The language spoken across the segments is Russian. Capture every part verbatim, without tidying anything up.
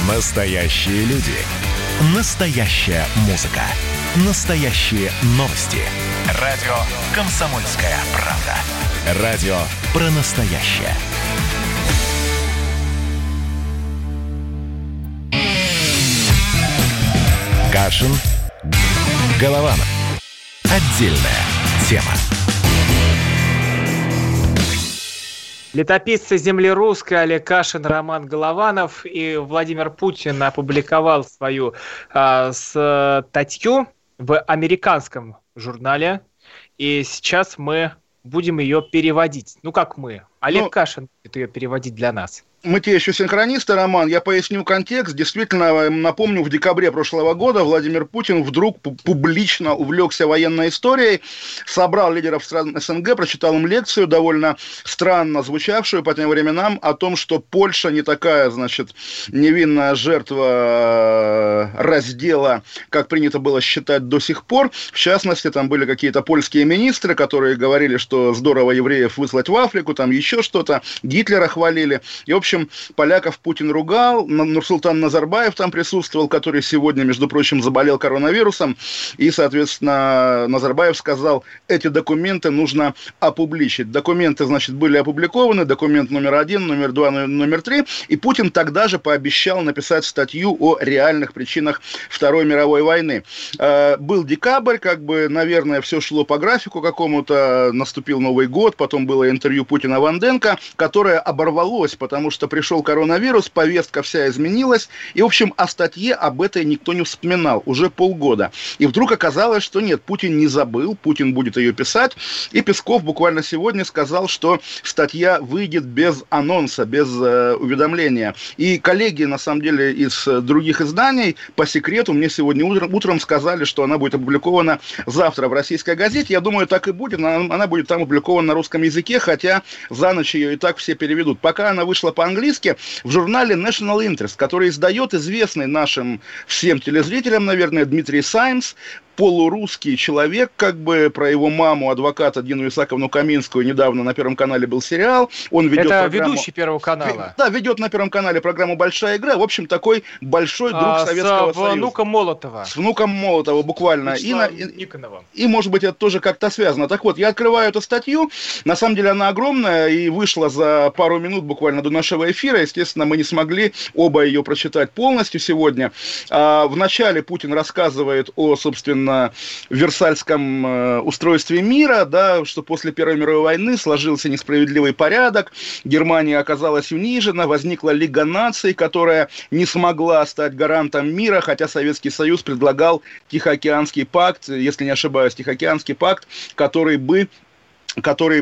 Настоящие люди. Настоящая музыка. Настоящие новости. Радио «Комсомольская правда». Радио про настоящее. Кашин, Голованов. Отдельная тема. Летописцы земли русской Олег Кашин, Роман Голованов. И Владимир Путин опубликовал свою э, статью в американском журнале. И сейчас мы будем ее переводить. Ну, как мы? Олег ну, Кашин будет ее переводить для нас. Мы те еще синхронисты, Роман. Я поясню контекст. Действительно, напомню, в декабре прошлого года Владимир Путин вдруг публично увлекся военной историей, собрал лидеров стран СНГ, прочитал им лекцию, довольно странно звучавшую по тем временам, о том, что Польша не такая, значит, невинная жертва раздела, как принято было считать до сих пор. В частности, там были какие-то польские министры, которые говорили, что здорово евреев выслать в Африку, там еще что-то, Гитлера хвалили. И, в общем, поляков Путин ругал, Нурсултан Назарбаев там присутствовал, который сегодня, между прочим, заболел коронавирусом, и, соответственно, Назарбаев сказал, эти документы нужно опубличить. Документы, значит, были опубликованы, документ номер один, номер два, номер три, и Путин тогда же пообещал написать статью о реальных причинах Второй мировой войны. Был декабрь, как бы, наверное, все шло по графику какому-то, наступил Новый год, потом было интервью Путина-Ванденко, которое оборвалось, потому что пришел коронавирус, повестка вся изменилась, и, в общем, о статье об этой никто не вспоминал уже полгода. И вдруг оказалось, что нет, Путин не забыл, Путин будет ее писать, и Песков буквально сегодня сказал, что статья выйдет без анонса, без э, уведомления. И коллеги, на самом деле, из других изданий, по секрету, мне сегодня утром, утром сказали, что она будет опубликована завтра в российской газете. Я думаю, так и будет, она, она будет там опубликована на русском языке, хотя за ночь ее и так все переведут. Пока она вышла по-английски в журнале National Interest, который издает известный нашим всем телезрителям, наверное, Дмитрий Саймс, полурусский человек, как бы, про его маму, адвоката Дину Исаковну Каминскую, недавно на Первом канале был сериал. Он ведет Это программу... ведущий Первого канала. Да, ведет на Первом канале программу «Большая игра». В общем, такой большой друг а, Советского с Союза. С внуком Молотова. С внуком Молотова, буквально. И, на... и, и, может быть, это тоже как-то связано. Так вот, я открываю эту статью. На самом деле она огромная и вышла за пару минут буквально до нашего эфира. Естественно, мы не смогли оба ее прочитать полностью сегодня. А, вначале Путин рассказывает о, собственно, на Версальском э, устройстве мира, да, что после Первой мировой войны сложился несправедливый порядок, Германия оказалась унижена, возникла Лига наций, которая не смогла стать гарантом мира, хотя Советский Союз предлагал Тихоокеанский пакт, если не ошибаюсь, Тихоокеанский пакт, который бы который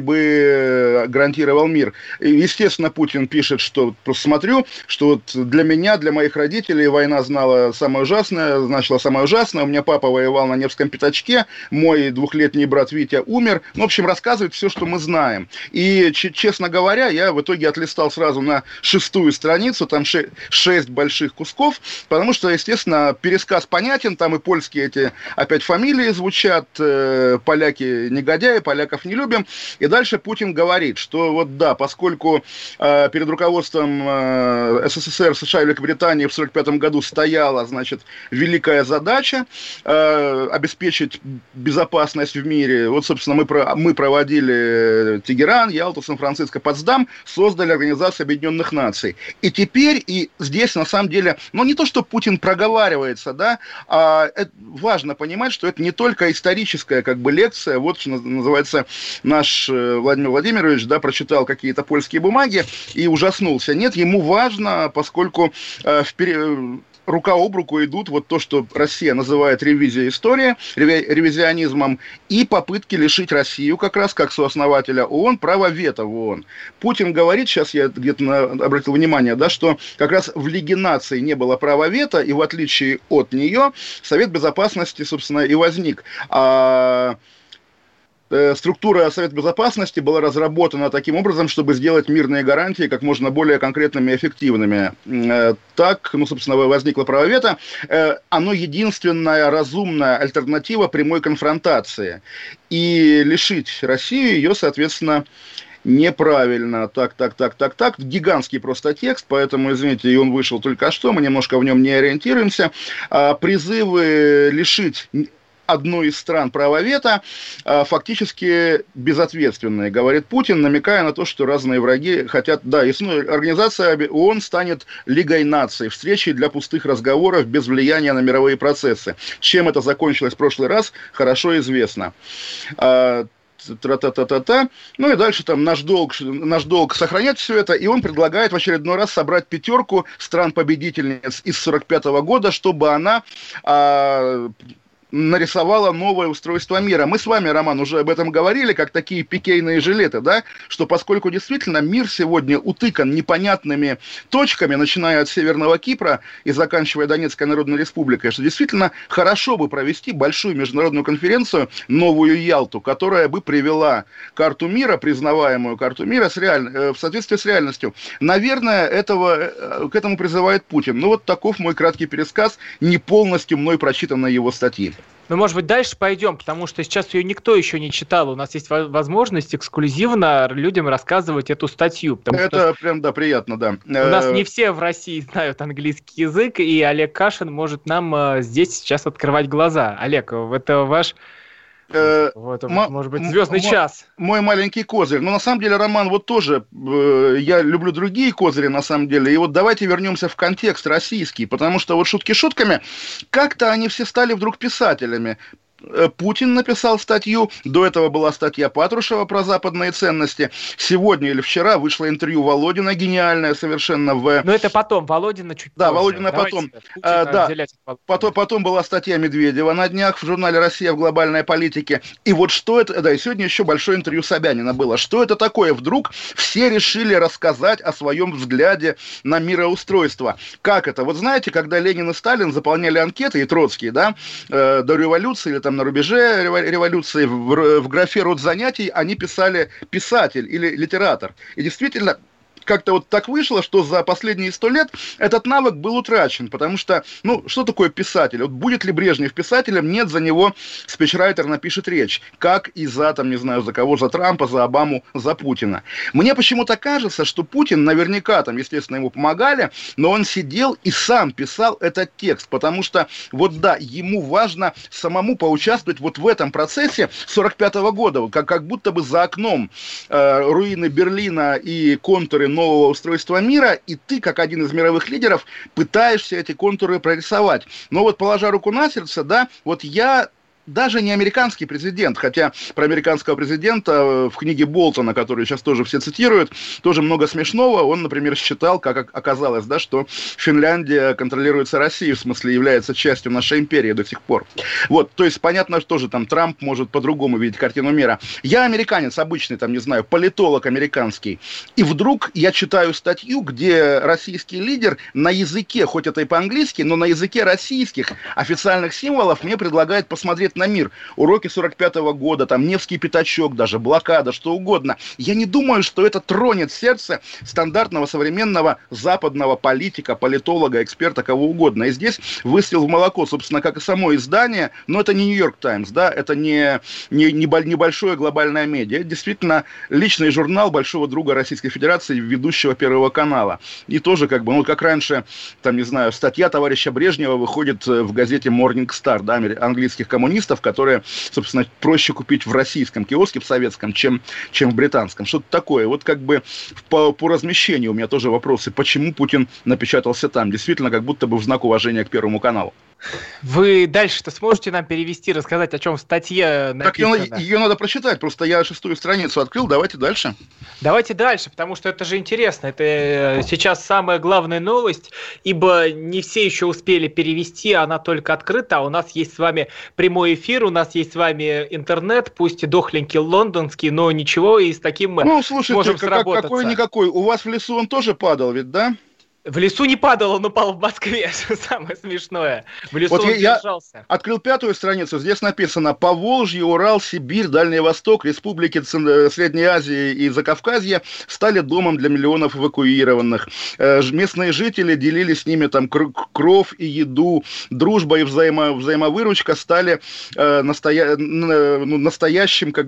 бы гарантировал мир. И, естественно, Путин пишет, что, просто смотрю, что вот для меня, для моих родителей война знала самое ужасное, значила самое ужасное. У меня папа воевал на Невском пятачке, мой двухлетний брат Витя умер. Ну, в общем, рассказывает все, что мы знаем. И, ч- честно говоря, я в итоге отлистал сразу на шестую страницу, там ше- шесть больших кусков, потому что, естественно, пересказ понятен, там и польские эти опять фамилии звучат, э, поляки негодяи, поляков не любим. И дальше Путин говорит, что вот да, поскольку э, перед руководством э, СССР, США и Великобритании в сорок пятом году стояла, значит, великая задача э, обеспечить безопасность в мире, вот, собственно, мы, про, мы проводили Тегеран, Ялту, Сан-Франциско, Потсдам, создали Организацию Объединенных Наций. И теперь, и здесь, на самом деле, ну, не то, что Путин проговаривается, да, а это важно понимать, что это не только историческая, как бы, лекция, вот, что называется, наш Владимир Владимирович, да, прочитал какие-то польские бумаги и ужаснулся. Нет, ему важно, поскольку э, вперед... рука об руку идут вот то, что Россия называет ревизией истории, ревизионизмом, и попытки лишить Россию, как раз как сооснователя ООН, права вето в ООН. Путин говорит, сейчас я где-то на, обратил внимание, да, что как раз в Лиге наций не было права вето, и в отличие от нее Совет Безопасности, собственно, и возник. А структура Совета Безопасности была разработана таким образом, чтобы сделать мирные гарантии как можно более конкретными и эффективными. Так, ну, собственно, возникло право вето. Оно единственная разумная альтернатива прямой конфронтации. И лишить Россию ее, соответственно, неправильно, так, так, так, так, так, гигантский просто текст, поэтому, извините, и он вышел только что, мы немножко в нем не ориентируемся. А, призывы лишить одну из стран права вето фактически безответственные, говорит Путин, намекая на то, что разные враги хотят... Да, если ну, организация ООН станет Лигой наций, встречей для пустых разговоров без влияния на мировые процессы. Чем это закончилось в прошлый раз, хорошо известно. Тра-та-та-та-та. Ну и дальше там наш долг, наш долг сохранять все это, и он предлагает в очередной раз собрать пятерку стран-победительниц из сорок пятого года, чтобы она... А, нарисовала новое устройство мира. Мы с вами, Роман, уже об этом говорили, как такие пикейные жилеты, да, что поскольку действительно мир сегодня утыкан непонятными точками, начиная от Северного Кипра и заканчивая Донецкой Народной Республикой, что действительно хорошо бы провести большую международную конференцию, новую Ялту, которая бы привела карту мира, признаваемую карту мира с реаль... в соответствии с реальностью. Наверное, этого... к этому призывает Путин. Ну вот таков мой краткий пересказ, не полностью мной прочитанной его статьи. Ну, может быть, дальше пойдем, потому что сейчас ее никто еще не читал. У нас есть возможность эксклюзивно людям рассказывать эту статью. Это прям, да, приятно, да. У нас не все в России знают английский язык, и Олег Кашин может нам здесь сейчас открывать глаза. Олег, это ваш... Вот, м- может быть, звездный м- час. Мой маленький козырь. Но на самом деле, Роман, вот тоже э, я люблю другие козыри, на самом деле. И вот давайте вернемся в контекст российский, потому что вот шутки шутками, как-то они все стали вдруг писателями. Путин написал статью, до этого была статья Патрушева про западные ценности. Сегодня или вчера вышло интервью Володина, гениальное совершенно в... Но это потом, Володина чуть да, позже. Володина Давайте потом. А, да. потом. Потом была статья Медведева на днях в журнале «Россия в глобальной политике». И вот что это... Да, и сегодня еще большое интервью Собянина было. Что это такое? Вдруг все решили рассказать о своем взгляде на мироустройство. Как это? Вот знаете, когда Ленин и Сталин заполняли анкеты, и Троцкий, да, э, до революции или там на рубеже революции, в, в графе род занятий они писали писатель или литератор. И действительно, как-то вот так вышло, что за последние сто лет этот навык был утрачен, потому что, ну, что такое писатель? Вот будет ли Брежнев писателем? Нет, за него спичрайтер напишет речь, как и за, там, не знаю, за кого, за Трампа, за Обаму, за Путина. Мне почему-то кажется, что Путин наверняка, там, естественно, ему помогали, но он сидел и сам писал этот текст, потому что, вот да, ему важно самому поучаствовать вот в этом процессе сорок пятого года, как, как будто бы за окном э, руины Берлина и контуры нового устройства мира, и ты, как один из мировых лидеров, пытаешься эти контуры прорисовать. Но вот, положа руку на сердце, да, вот я даже не американский президент, хотя про американского президента в книге Болтона, которую сейчас тоже все цитируют, тоже много смешного. Он, например, считал, как оказалось, да, что Финляндия контролируется Россией, в смысле является частью нашей империи до сих пор. Вот, то есть понятно, что же там Трамп может по-другому видеть картину мира. Я американец обычный, там, не знаю, политолог американский, и вдруг я читаю статью, где российский лидер на языке, хоть это и по-английски, но на языке российских официальных символов мне предлагает посмотреть на мир. Уроки сорок пятого года, там Невский пятачок, даже блокада, что угодно. Я не думаю, что это тронет сердце стандартного современного западного политика, политолога, эксперта, кого угодно. И здесь выстрел в молоко, собственно, как и само издание, но это не Нью-Йорк Таймс, да, это не, не, не небольшое глобальное медиа. Это действительно личный журнал большого друга Российской Федерации, ведущего Первого канала. И тоже, как бы, ну, как раньше, там, не знаю, статья товарища Брежнева выходит в газете Morning Star, да, английских коммунистов, которые, собственно, проще купить в российском киоске, в советском, чем, чем в британском. Что-то такое. Вот как бы по, по размещению у меня тоже вопросы. Почему Путин напечатался там? Действительно, как будто бы в знак уважения к Первому каналу. Вы дальше-то сможете нам перевести, рассказать, о чем статья написана? Так, ее, ее надо прочитать, просто я шестую страницу открыл, давайте дальше. Давайте дальше, потому что это же интересно, это сейчас самая главная новость, ибо не все еще успели перевести, она только открыта, а у нас есть с вами прямой эфир, у нас есть с вами интернет, пусть и дохленький лондонский, но ничего, и с таким мы ну, слушайте, можем как, сработаться. Какой-никакой, у вас в лесу он тоже падал ведь, да? В лесу не падал, он упал в Москве, самое смешное. В лесу вот он я, держался. Я открыл пятую страницу, здесь написано: Поволжье, Урал, Сибирь, Дальний Восток, республики Средней Азии и Закавказья стали домом для миллионов эвакуированных. Местные жители делили с ними там кров и еду, дружба и взаимо, взаимовыручка стали э, настоя... ну, настоящим как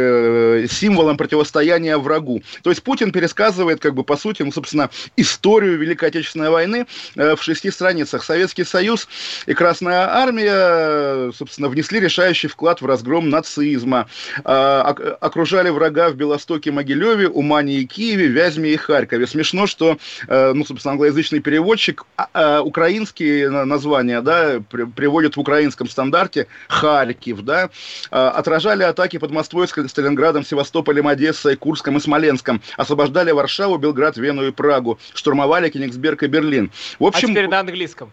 бы символом противостояния врагу. То есть Путин пересказывает как бы по сути, ну, собственно, историю Великой Отечественной войны в шести страницах. Советский Союз и Красная Армия, собственно, внесли решающий вклад в разгром нацизма. Окружали врага в Белостоке, Могилеве, Умане и Киеве, Вязьме и Харькове. Смешно, что, ну, собственно, англоязычный переводчик украинские названия, да, приводит в украинском стандарте Харьков, да. Отражали атаки под Москвой, Сталинградом, Севастополем, Одессой, Курском и Смоленском. Освобождали Варшаву, Белград, Вену и Прагу. Штурмовали Кенигсберг и Берлин. В общем, а теперь на английском.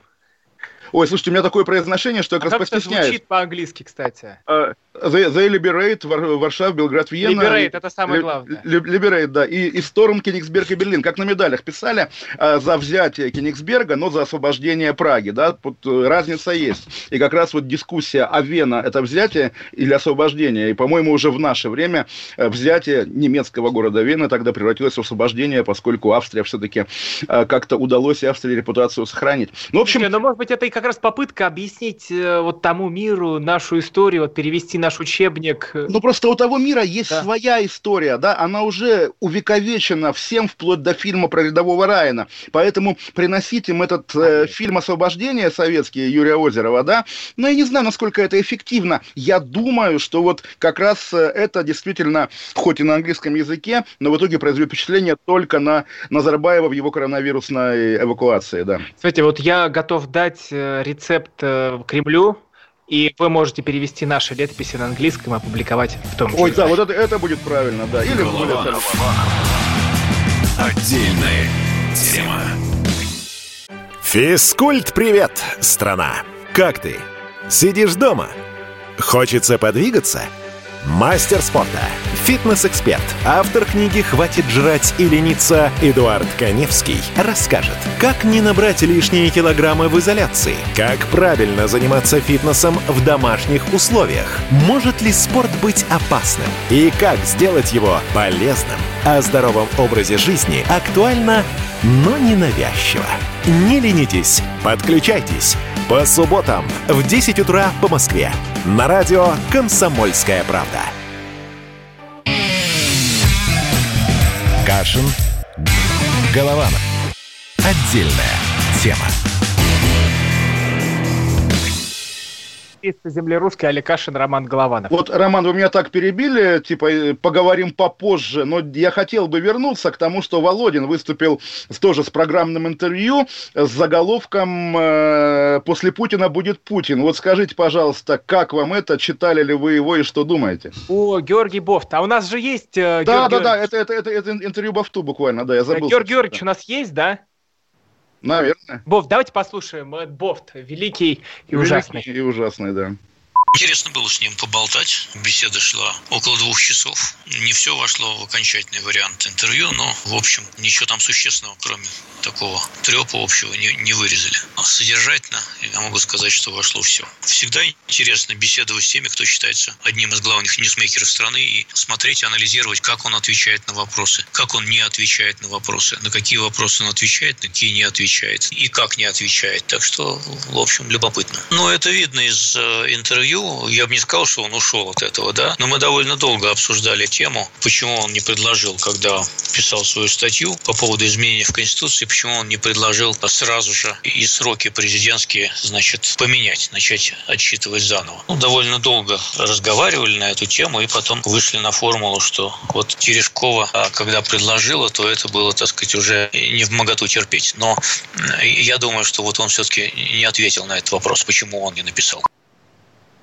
Ой, слушайте, у меня такое произношение, что я как а раз как постесняюсь. Это звучит по-английски, кстати. Uh, they, they liberate Варшав, Белград, Вена. Liberate, это самое главное. Liberate, да. И, и Storm, Кенигсберг и Берлин. Как на медалях писали, uh, за взятие Кенигсберга, но за освобождение Праги, да. Вот, uh, разница есть. И как раз вот дискуссия о Вена — это взятие или освобождение. И, по-моему, уже в наше время uh, взятие немецкого города Вены тогда превратилось в освобождение, поскольку Австрия все-таки uh, как-то удалось Австрии репутацию сохранить. Ну, в общем... Слушайте, ну, может быть, это и как раз попытка объяснить э, вот тому миру нашу историю, вот, перевести наш учебник. Ну, просто у того мира есть да. своя история, да, она уже увековечена всем, вплоть до фильма про рядового Райана. Поэтому приносить им этот э, фильм «Освобождение» советский Юрия Озерова, да, ну, я не знаю, насколько это эффективно. Я думаю, что вот как раз это действительно, хоть и на английском языке, но в итоге произведет впечатление только на Назарбаева в его коронавирусной эвакуации, да. Смотрите, вот я готов дать рецепт Кремлю, и вы можете перевести наши летописи на английском и опубликовать в том же. Ой, да, вот это, это будет правильно, да. Или голова, голова. Отдельная тема. Физкульт-привет, страна! Как ты? Сидишь дома? Хочется подвигаться? Мастер спорта, фитнес-эксперт, автор книги «Хватит жрать и лениться» Эдуард Каневский расскажет, как не набрать лишние килограммы в изоляции, как правильно заниматься фитнесом в домашних условиях, может ли спорт быть опасным и как сделать его полезным. О здоровом образе жизни актуально, но не навязчиво. Не ленитесь, подключайтесь. По субботам в десять утра по Москве. На радио «Комсомольская правда». Кашин, Голованов. Отдельная тема. Земли русской, Олег Кашин, Роман Голованов. Вот, Роман, вы меня так перебили, типа, поговорим попозже, но я хотел бы вернуться к тому, что Володин выступил тоже с программным интервью с заголовком «После Путина будет Путин». Вот скажите, пожалуйста, как вам это, читали ли вы его и что думаете? О, Георгий Бофт, а у нас же есть... Э, да, да, да, это, это, это, это интервью Бофту буквально, да, я забыл. Георгий Георгиевич у нас есть, да? Наверное. Бофт, давайте послушаем. Бофт, великий и великий ужасный. и ужасный, да. Интересно было с ним поболтать. Беседа шла около двух часов. Не все вошло в окончательный вариант интервью, но, в общем, ничего там существенного, кроме такого трепа общего, не, не вырезали. А содержательно, я могу сказать, что вошло все. Всегда интересно беседовать с теми, кто считается одним из главных ньюсмейкеров страны, и смотреть, анализировать, как он отвечает на вопросы, как он не отвечает на вопросы, на какие вопросы он отвечает, на какие не отвечает, и как не отвечает. Так что, в общем, любопытно. Но это видно из э, интервью. Я бы не сказал, что он ушел от этого, да, но мы довольно долго обсуждали тему, почему он не предложил, когда писал свою статью по поводу изменений в Конституции, почему он не предложил сразу же и сроки президентские, значит, поменять, начать отсчитывать заново. Ну, довольно долго разговаривали на эту тему и потом вышли на формулу, что вот Терешкова, когда предложила, то это было, так сказать, уже не вмоготу терпеть. Но я думаю, что вот он все-таки не ответил на этот вопрос, почему он не написал.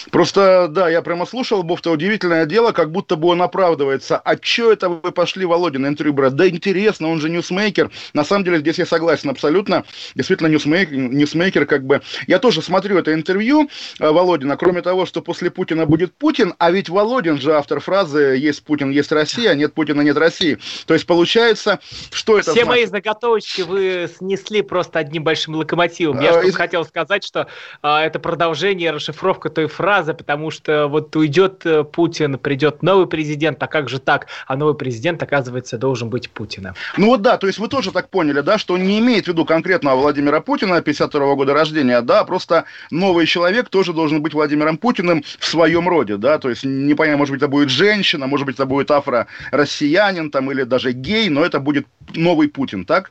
Просто, да, я прямо слушал Бофта, удивительное дело, как будто бы он оправдывается. А чё это вы пошли Володя на интервью брать? Да интересно, он же ньюсмейкер. На самом деле, здесь я согласен абсолютно. Действительно, ньюсмейкер, ньюсмейкер как бы... Я тоже смотрю это интервью Володина, кроме того, что после Путина будет Путин, а ведь Володин же автор фразы «Есть Путин, есть Россия, нет Путина, нет России». То есть, получается, что это Все значит? мои заготовочки вы снесли просто одним большим локомотивом. Я а, что из... хотел сказать, что а, это продолжение, расшифровка той фразы, потому что вот уйдет Путин, придет новый президент, а как же так? А новый президент, оказывается, должен быть Путиным. Ну вот да, то есть вы тоже так поняли, да, что он не имеет в виду конкретного Владимира Путина, пятьдесят второго года рождения, да, просто новый человек тоже должен быть Владимиром Путиным в своем роде, да, то есть не понятно, может быть, это будет женщина, может быть, это будет афро-россиянин там или даже гей, но это будет новый Путин, так?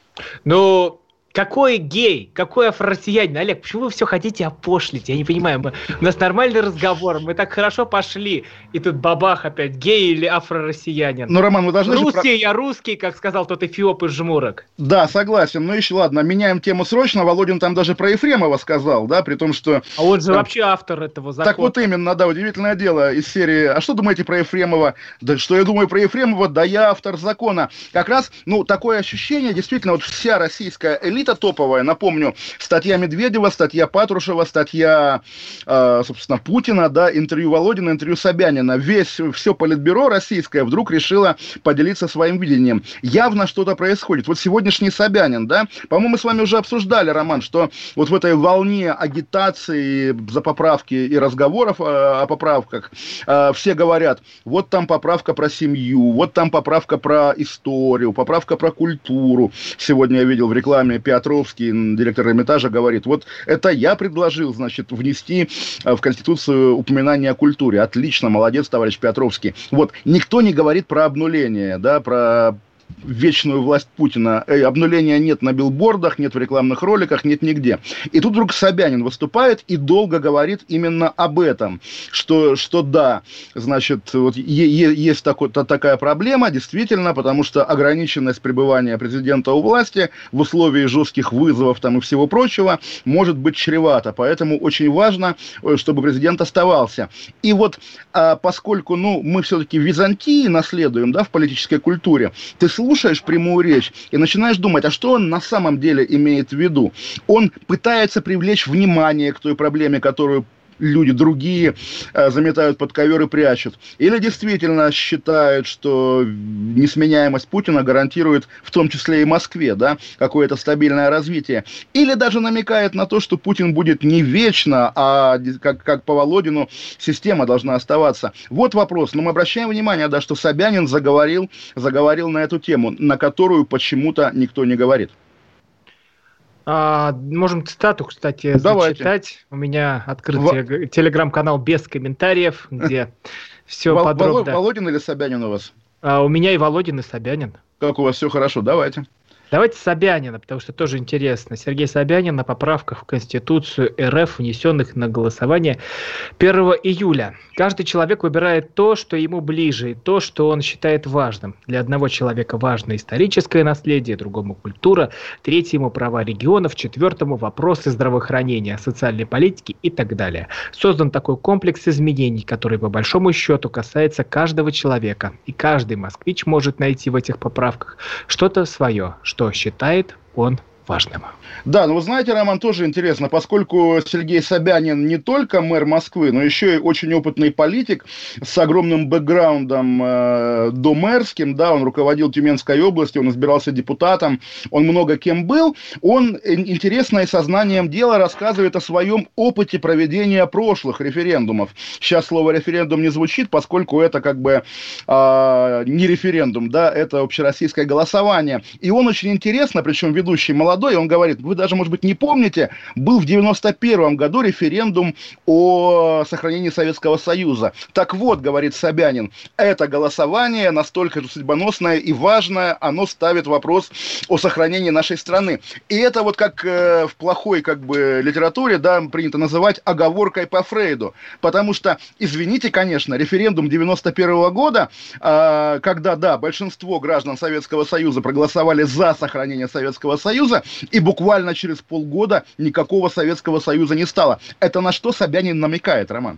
Ну... Какой гей? Какой афро-россиянин? Олег, почему вы все хотите опошлить? Я не понимаю. Мы, у нас нормальный разговор, мы так хорошо пошли. И тут бабах опять, гей или афро-россиянин? Ну, Роман, вы должны Русский, же... я русский, как сказал тот эфиоп из Жмурок. Да, согласен. Ну, еще ладно, меняем тему срочно. Володин там даже про Ефремова сказал, да, при том, что... А он же там... вообще автор этого закона. Так вот именно, да, удивительное дело из серии. А что думаете про Ефремова? Да что я думаю про Ефремова? Да я автор закона. Как раз, ну, такое ощущение, действительно, вот вся российская элита топовая, напомню, статья Медведева, статья Патрушева, статья, э, собственно, Путина, да, интервью Володина, интервью Собянина. Весь, все политбюро российское вдруг решило поделиться своим видением. Явно что-то происходит. Вот сегодняшний Собянин, да, по-моему, мы с вами уже обсуждали, Роман, что вот в этой волне агитации за поправки и разговоров э, о поправках э, все говорят, вот там поправка про семью, вот там поправка про историю, поправка про культуру. Сегодня я видел в рекламе Петровский, директор Эрмитажа, говорит, вот это я предложил, значит, внести в Конституцию упоминание о культуре. Отлично, молодец, товарищ Петровский. Вот, никто не говорит про обнуление, да, про вечную власть Путина. Эй, обнуления нет на билбордах, нет в рекламных роликах, нет нигде. И тут вдруг Собянин выступает и долго говорит именно об этом, что, что да, значит, вот е- е- есть такой, та, такая проблема, действительно, потому что ограниченность пребывания президента у власти в условии жестких вызовов там и всего прочего может быть чревато, поэтому очень важно, чтобы президент оставался. И вот, а, поскольку, ну, мы все-таки в Византии наследуем, да, в политической культуре, ты слушаешь прямую речь и начинаешь думать, а что он на самом деле имеет в виду? Он пытается привлечь внимание к той проблеме, которую люди другие э, заметают под ковер и прячут. Или действительно считают, что несменяемость Путина гарантирует в том числе и Москве, да, какое-то стабильное развитие. Или даже намекает на то, что Путин будет не вечно, а как, как по Володину система должна оставаться. Вот вопрос. Но мы обращаем внимание, да, что Собянин заговорил, заговорил на эту тему, на которую почему-то никто не говорит. А, можем цитату, кстати, Давайте. зачитать. У меня открыт В... телеграм-канал без комментариев, где все Вол- подробно. Володин или Собянин у вас? А, у меня и Володин, и Собянин. Как у вас все хорошо? Давайте. Давайте Собянина, потому что тоже интересно. Сергей Собянин на поправках в Конституцию РФ, внесенных на голосование первого июля. Каждый человек выбирает то, что ему ближе, и то, что он считает важным. Для одного человека важно историческое наследие, другому культура, третьему права регионов, четвертому вопросы здравоохранения, социальной политики и так далее. Создан такой комплекс изменений, который по большому счету касается каждого человека. И каждый москвич может найти в этих поправках что-то свое, что что считает он важным. Да, ну вы знаете, Роман, тоже интересно, поскольку Сергей Собянин не только мэр Москвы, но еще и очень опытный политик с огромным бэкграундом э, домэрским, да, он руководил Тюменской областью, он избирался депутатом, он много кем был, он интересно и сознанием дела рассказывает о своем опыте проведения прошлых референдумов. Сейчас слово референдум не звучит, поскольку это как бы э, не референдум, да, это общероссийское голосование. И он очень интересно, причем ведущий молодой, он говорит, вы даже, может быть, не помните, был в девяносто первом году референдум о сохранении Советского Союза. Так вот, говорит Собянин, это голосование настолько судьбоносное и важное, оно ставит вопрос о сохранении нашей страны. И это вот как э, в плохой как бы литературе, да, принято называть оговоркой по Фрейду. Потому что, извините, конечно, референдум девяносто первого года, э, когда, да, большинство граждан Советского Союза проголосовали за сохранение Советского Союза, Союза, и буквально через полгода никакого Советского Союза не стало. Это на что Собянин намекает, Роман?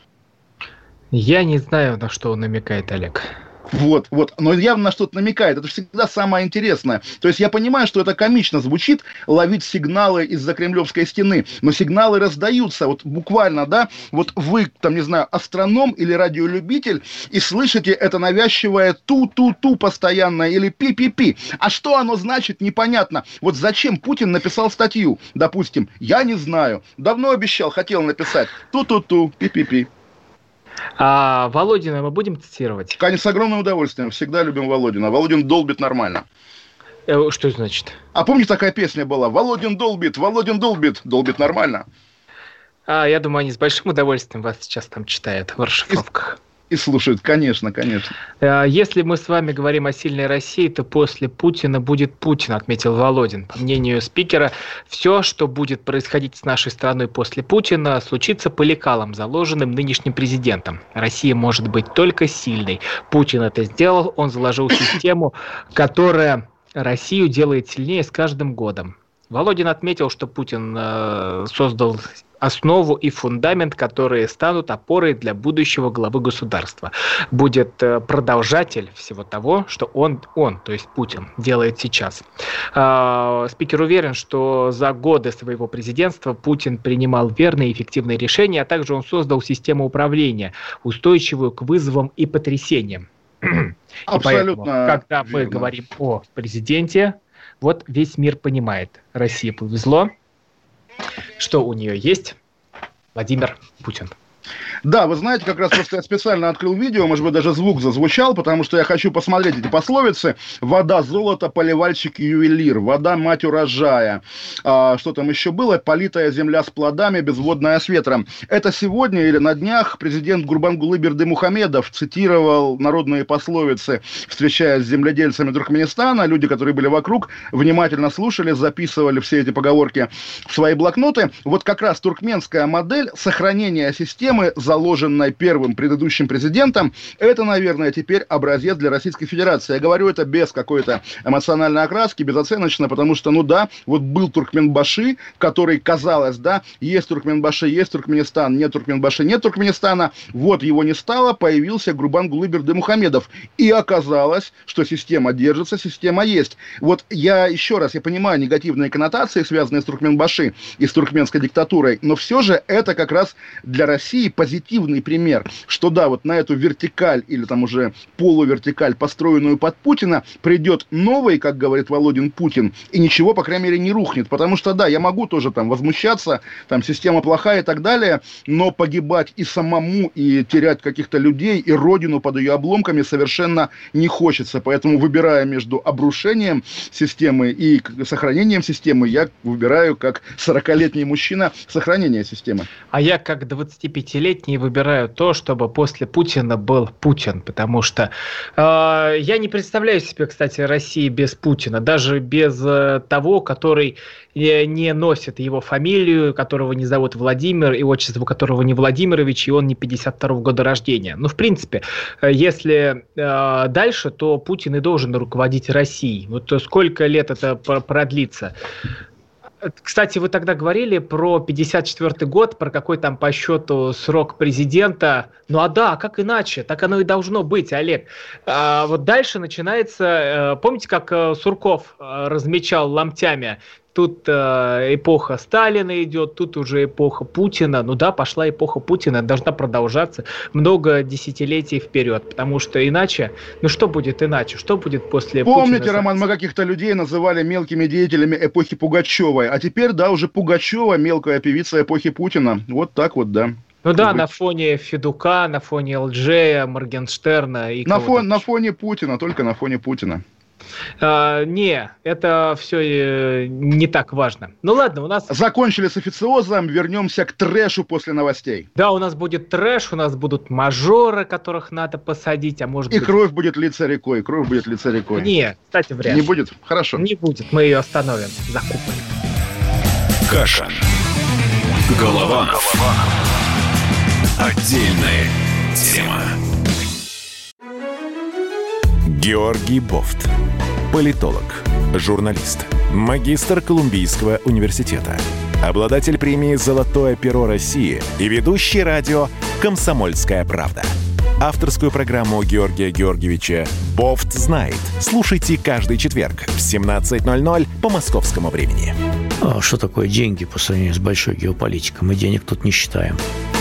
Я не знаю, на что он намекает, Олег. Вот, вот, но явно на что-то намекает. Это всегда самое интересное. То есть я понимаю, что это комично звучит, ловить сигналы из-за Кремлевской стены, но сигналы раздаются, вот буквально, да, вот вы, там, не знаю, астроном или радиолюбитель, и слышите это навязчивое ту-ту-ту постоянно, или пи-пи-пи. А что оно значит, непонятно. Вот зачем Путин написал статью, допустим, я не знаю, давно обещал, хотел написать ту-ту-ту, пи-пи-пи. А Володина мы будем цитировать? Конечно, с огромным удовольствием. Всегда любим Володина. Володин долбит нормально. Э, что значит? А помните, такая песня была? Володин долбит, Володин долбит. Долбит нормально. А, я думаю, они с большим удовольствием вас сейчас там читают в расшифровках. И слушают, конечно, конечно. Если мы с вами говорим о сильной России, то после Путина будет Путин, отметил Володин. По мнению спикера, все, что будет происходить с нашей страной после Путина, случится по лекалам, заложенным нынешним президентом. Россия может быть только сильной. Путин это сделал, он заложил систему, которая Россию делает сильнее с каждым годом. Володин отметил, что Путин э, создал основу и фундамент, которые станут опорой для будущего главы государства. Будет продолжатель всего того, что он, он, то есть Путин, делает сейчас. Спикер уверен, что за годы своего президентства Путин принимал верные и эффективные решения, а также он создал систему управления, устойчивую к вызовам и потрясениям. Абсолютно. И поэтому, когда мы верно. говорим о президенте, вот весь мир понимает, России повезло, что у нее есть Владимир Путин. Да, вы знаете, как раз просто я специально открыл видео, может быть, даже звук зазвучал, потому что я хочу посмотреть эти пословицы. Вода золото, поливальщик ювелир, вода мать урожая. А, что там еще было? Политая земля с плодами, безводная с ветром. Это сегодня или на днях президент Гурбангулы Бердымухамедов цитировал народные пословицы, встречаясь с земледельцами Туркменистана. Люди, которые были вокруг, внимательно слушали, записывали все эти поговорки в свои блокноты. Вот как раз туркменская модель сохранения системы, заложенной первым предыдущим президентом, это, наверное, теперь образец для Российской Федерации. Я говорю это без какой-то эмоциональной окраски, безоценочно, потому что, ну да, вот был Туркменбаши, который, казалось, да, есть Туркменбаши, есть Туркменистан, нет Туркменбаши, нет Туркменистана, вот его не стало, появился Гурбангулы Бердымухамедов. И оказалось, что система держится, система есть. Вот я еще раз, я понимаю негативные коннотации, связанные с Туркменбаши и с туркменской диктатурой, но все же это как раз для России позитивный пример, что да, вот на эту вертикаль или там уже полувертикаль, построенную под Путина, придет новый, как говорит Володин, Путин, и ничего, по крайней мере, не рухнет. Потому что да, я могу тоже там возмущаться, там система плохая и так далее, но погибать и самому, и терять каких-то людей, и родину под ее обломками совершенно не хочется. Поэтому, выбирая между обрушением системы и сохранением системы, я выбираю как сорокалетний мужчина сохранение системы. А я как двадцатипятилетний выбираю то, чтобы после Путина был Путин, потому что э, я не представляю себе, кстати, России без Путина, даже без э, того, который э, не носит его фамилию, которого не зовут Владимир, и отчество которого не Владимирович, и он не пятьдесят второго года рождения. Ну, в принципе, э, если э, дальше, то Путин и должен руководить Россией. Вот сколько лет это продлится? Кстати, вы тогда говорили про пятьдесят четвёртый год, про какой там по счету срок президента. Ну а да, как иначе? Так оно и должно быть, Олег. А вот дальше начинается... Помните, как Сурков размечал ломтями? Тут э, эпоха Сталина идет, тут уже эпоха Путина. Ну да, пошла эпоха Путина, должна продолжаться много десятилетий вперед, потому что иначе, ну что будет иначе, что будет после Помните, Путина? Помните, Роман, мы каких-то людей называли мелкими деятелями эпохи Пугачевой, а теперь, да, уже Пугачева, мелкая певица эпохи Путина. Вот так вот, да. Ну да, на фоне Федука, на фоне ЛДЖ, Моргенштерна и на, фон, на фоне Путина, только на фоне Путина. А, не, это все э, не так важно. Ну ладно, у нас... Закончили с официозом, вернемся к трэшу после новостей. Да, у нас будет трэш, у нас будут мажоры, которых надо посадить, а может И быть... кровь будет литься рекой, кровь будет литься рекой. Не, кстати, вряд ли. Не будет? Хорошо. Не будет, мы ее остановим, закупим. Каша. Голованов. Отдельная тема. Георгий Бофт, политолог, Журналист, магистр Колумбийского университета, обладатель премии «Золотое перо России» и ведущий радио «Комсомольская правда». Авторскую программу Георгия Георгиевича «Бофт знает». Слушайте каждый четверг в семнадцать ноль ноль по московскому времени. А что такое деньги по сравнению с большой геополитикой? Мы денег тут не считаем.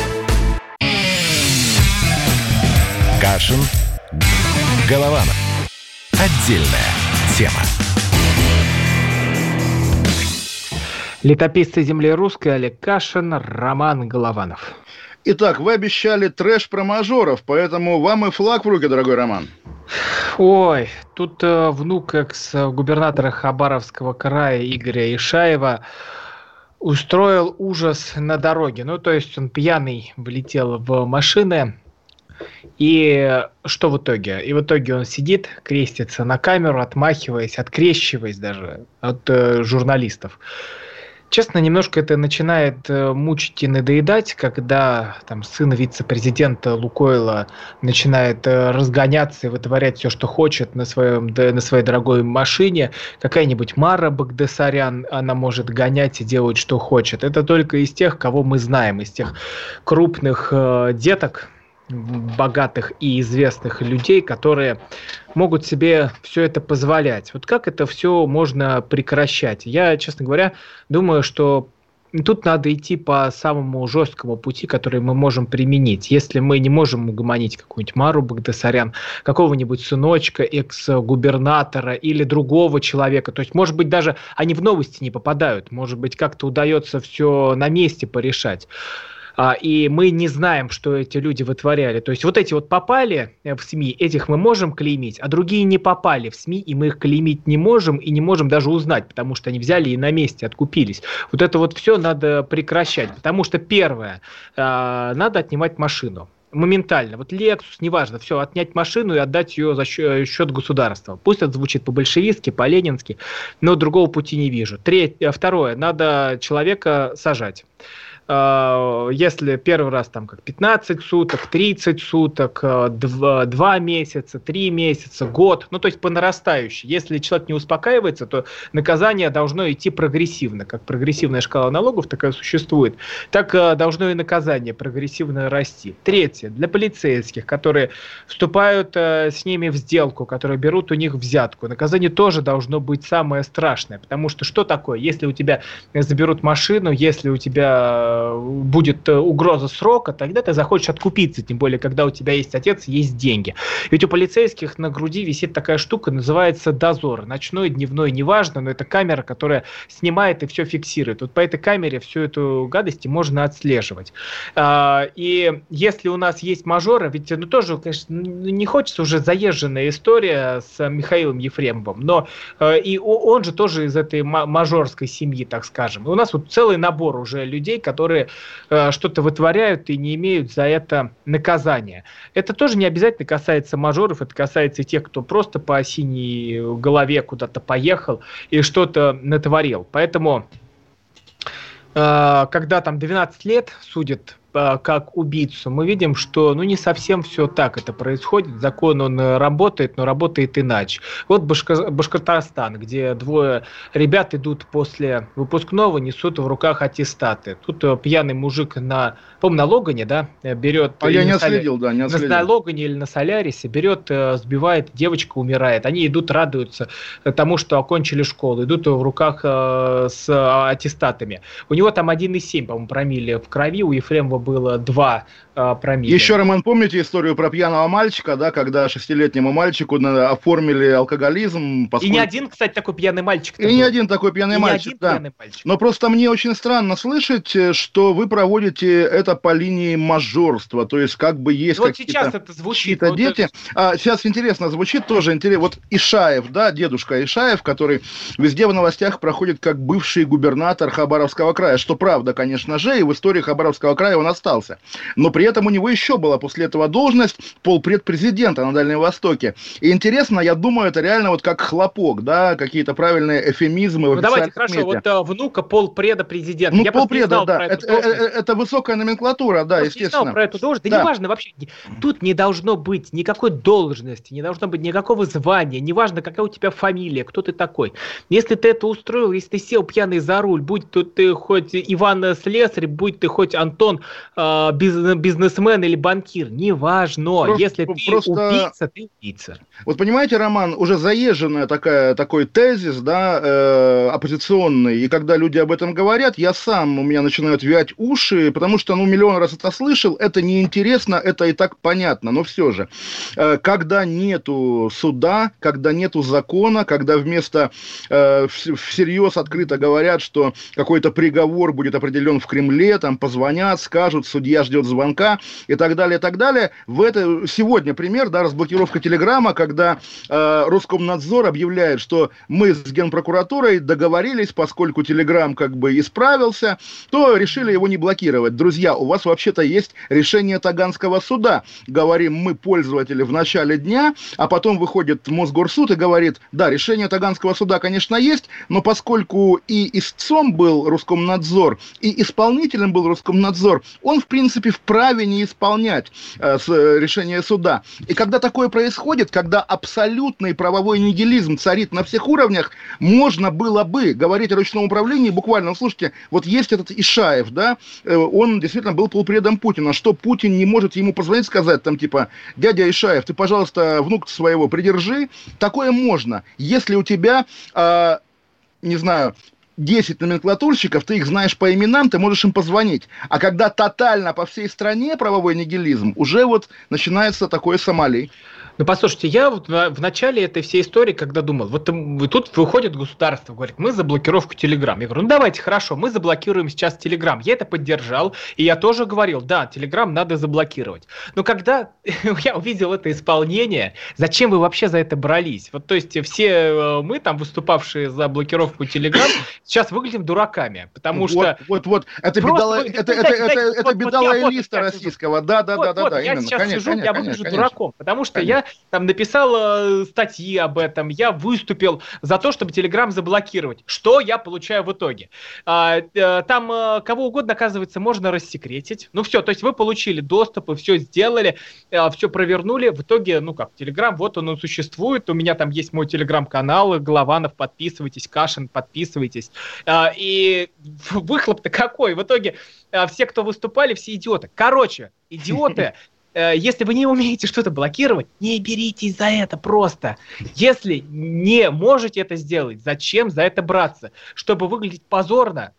Кашин, Голованов. Отдельная тема. Летописцы земли русской Олег Кашин, Роман Голованов. Итак, вы обещали трэш про мажоров, поэтому вам и флаг в руки, дорогой Роман. Ой, тут э, внук экс-губернатора Хабаровского края Игоря Ишаева устроил ужас на дороге. Ну, то есть он пьяный влетел в машины. И что в итоге? И в итоге он сидит, крестится на камеру, отмахиваясь, открещиваясь даже от э, журналистов. Честно, немножко это начинает мучить и надоедать, когда там сын вице-президента Лукойла начинает разгоняться и вытворять все, что хочет на, своем, на своей дорогой машине. Какая-нибудь Мара Багдасарян, она может гонять и делать, что хочет. Это только из тех, кого мы знаем, из тех крупных э, деток, богатых и известных людей, которые могут себе все это позволять. Вот как это все можно прекращать? Я, честно говоря, думаю, что тут надо идти по самому жесткому пути, который мы можем применить. Если мы не можем угомонить какую-нибудь Мару Багдасарян, какого-нибудь сыночка, экс-губернатора или другого человека, то есть, может быть, даже они в новости не попадают, может быть, как-то удается все на месте порешать. И мы не знаем, что эти люди вытворяли. То есть вот эти вот попали в СМИ, этих мы можем клеймить, а другие не попали в СМИ, и мы их клеймить не можем, и не можем даже узнать, потому что они взяли и на месте откупились. Вот это вот все надо прекращать, потому что первое, надо отнимать машину. Моментально. Вот Lexus, неважно, все, отнять машину и отдать ее за счет государства. Пусть это звучит по-большевистски, по-ленински, но другого пути не вижу. Третье, второе, надо человека сажать. Если первый раз там как пятнадцать суток, тридцать суток, два месяца, три месяца, год, ну то есть по нарастающей. Если человек не успокаивается, то наказание должно идти прогрессивно. Как прогрессивная шкала налогов такая существует, так должно и наказание прогрессивно расти. Третье, для полицейских, которые вступают с ними в сделку, которые берут у них взятку, наказание тоже должно быть самое страшное. Потому что что такое, если у тебя заберут машину, если у тебя будет угроза срока, тогда ты захочешь откупиться, тем более, когда у тебя есть отец, есть деньги. Ведь у полицейских на груди висит такая штука, называется дозор. Ночной, дневной, неважно, но это камера, которая снимает и все фиксирует. Вот по этой камере всю эту гадость можно отслеживать. И если у нас есть мажоры, ведь ну, тоже, конечно, не хочется уже заезженная история с Михаилом Ефремовым, но и он же тоже из этой мажорской семьи, так скажем. И у нас вот целый набор уже людей, которые э, что-то вытворяют и не имеют за это наказания. Это тоже не обязательно касается мажоров, это касается и тех, кто просто по синей голове куда-то поехал и что-то натворил. Поэтому, э, когда там двенадцать лет судят как убийцу, мы видим, что ну, не совсем все так это происходит. Закон, он работает, но работает иначе. Вот Башка... Башкортостан, где двое ребят идут после выпускного, несут в руках аттестаты. Тут пьяный мужик на, по-моему, на Логане, да, берет... А я не отследил, соля... да, не отследил. На Логане или на Солярисе берет, сбивает, девочка умирает. Они идут, радуются тому, что окончили школу, идут в руках с аттестатами. У него там один и семь, по-моему, промилле в крови, у Ефремова было два а, промилле. Еще, Роман, помните историю про пьяного мальчика, да, когда шестилетнему мальчику оформили алкоголизм? Поскольку... И не один, кстати, такой пьяный мальчик. И был. не один такой пьяный и мальчик, да. Пьяный мальчик. Но просто мне очень странно слышать, что вы проводите это по линии мажорства, то есть как бы есть вот какие-то, сейчас это звучит, вот дети. Это... А, сейчас интересно звучит, тоже интересно. Вот Ишаев, да, дедушка Ишаев, который везде в новостях проходит как бывший губернатор Хабаровского края, что правда, конечно же, и в истории Хабаровского края у нас остался. Но при этом у него еще была после этого должность полпред президента на Дальнем Востоке. И интересно, я думаю, это реально вот как хлопок, да, какие-то правильные эфемизмы. Ну давайте, хорошо, медиа. вот а, внука полпреда президента. Ну, я полпреда, да, это, это, это высокая номенклатура, да, я естественно. Не знал про эту должность, да, да. неважно вообще, тут не должно быть никакой должности, не должно быть никакого звания, неважно, какая у тебя фамилия, кто ты такой. Если ты это устроил, если ты сел пьяный за руль, будь то ты хоть Иван Слесарь, будь ты хоть Антон э, бизнесмен или банкир, неважно, просто, если ты просто... убийца, ты убийца. Вот понимаете, Роман, уже заезженная такая, такой тезис, да, э, оппозиционный, и когда люди об этом говорят, я сам, у меня начинают вять уши, потому что, ну, миллион раз это слышал, это неинтересно, это и так понятно, но все же, э, когда нету суда, когда нету закона, когда вместо э, всерьез открыто говорят, что какой-то приговор будет определен в Кремле, там позвонят, скажут, судья ждет звонка и так далее, и так далее. В это сегодня пример, да, разблокировка Телеграма, когда э, Роскомнадзор объявляет, что мы с Генпрокуратурой договорились, поскольку Телеграм как бы исправился, то решили его не блокировать. Друзья, у вас вообще-то есть решение Таганского суда. Говорим мы, пользователи, в начале дня, а потом выходит Мосгорсуд и говорит, да, решение Таганского суда, конечно, есть, но поскольку и истцом был Роскомнадзор, и исполнителем был Роскомнадзор, он, в принципе, вправе не исполнять э, с, э, решение суда. И когда такое происходит, когда абсолютный правовой нигилизм царит на всех уровнях, можно было бы говорить о ручном управлении буквально, ну, слушайте, вот есть этот Ишаев, да, э, он действительно был полпредом Путина, что Путин не может ему позвонить, сказать, там, типа, дядя Ишаев, ты, пожалуйста, внука своего придержи, такое можно, если у тебя, э, не знаю, десять номенклатурщиков, ты их знаешь по именам, ты можешь им позвонить. А когда тотально по всей стране правовой нигилизм, уже вот начинается такое Сомали. Ну, послушайте, я вот в начале этой всей истории, когда думал, вот тут выходит государство, говорит, мы за блокировку Телеграм. Я говорю, ну давайте, хорошо, мы заблокируем сейчас Телеграм. Я это поддержал, и я тоже говорил, да, Телеграм надо заблокировать. Но когда я увидел это исполнение, зачем вы вообще за это брались? Вот, то есть, все мы, там, выступавшие за блокировку Телеграм, сейчас выглядим дураками, потому вот, что... Вот, вот, это беда, это, это, это, это беда лоялиста российского, да, да, да, да, да, я сейчас сижу, я выгляжу дураком, потому что я там написал э, статьи об этом, я выступил за то, чтобы Телеграм заблокировать. Что я получаю в итоге? А, э, там э, кого угодно, оказывается, можно рассекретить. Ну все, то есть вы получили доступ и все сделали, э, все провернули. В итоге, ну как, Телеграм, вот он, он существует. У меня там есть мой Телеграм-канал, Голованов, подписывайтесь, Кашин, подписывайтесь. А, и выхлоп-то какой? В итоге э, все, кто выступали, все идиоты. Короче, идиоты... Если вы не умеете что-то блокировать, не беритесь за это просто. Если не можете это сделать, зачем за это браться? Чтобы выглядеть позорно.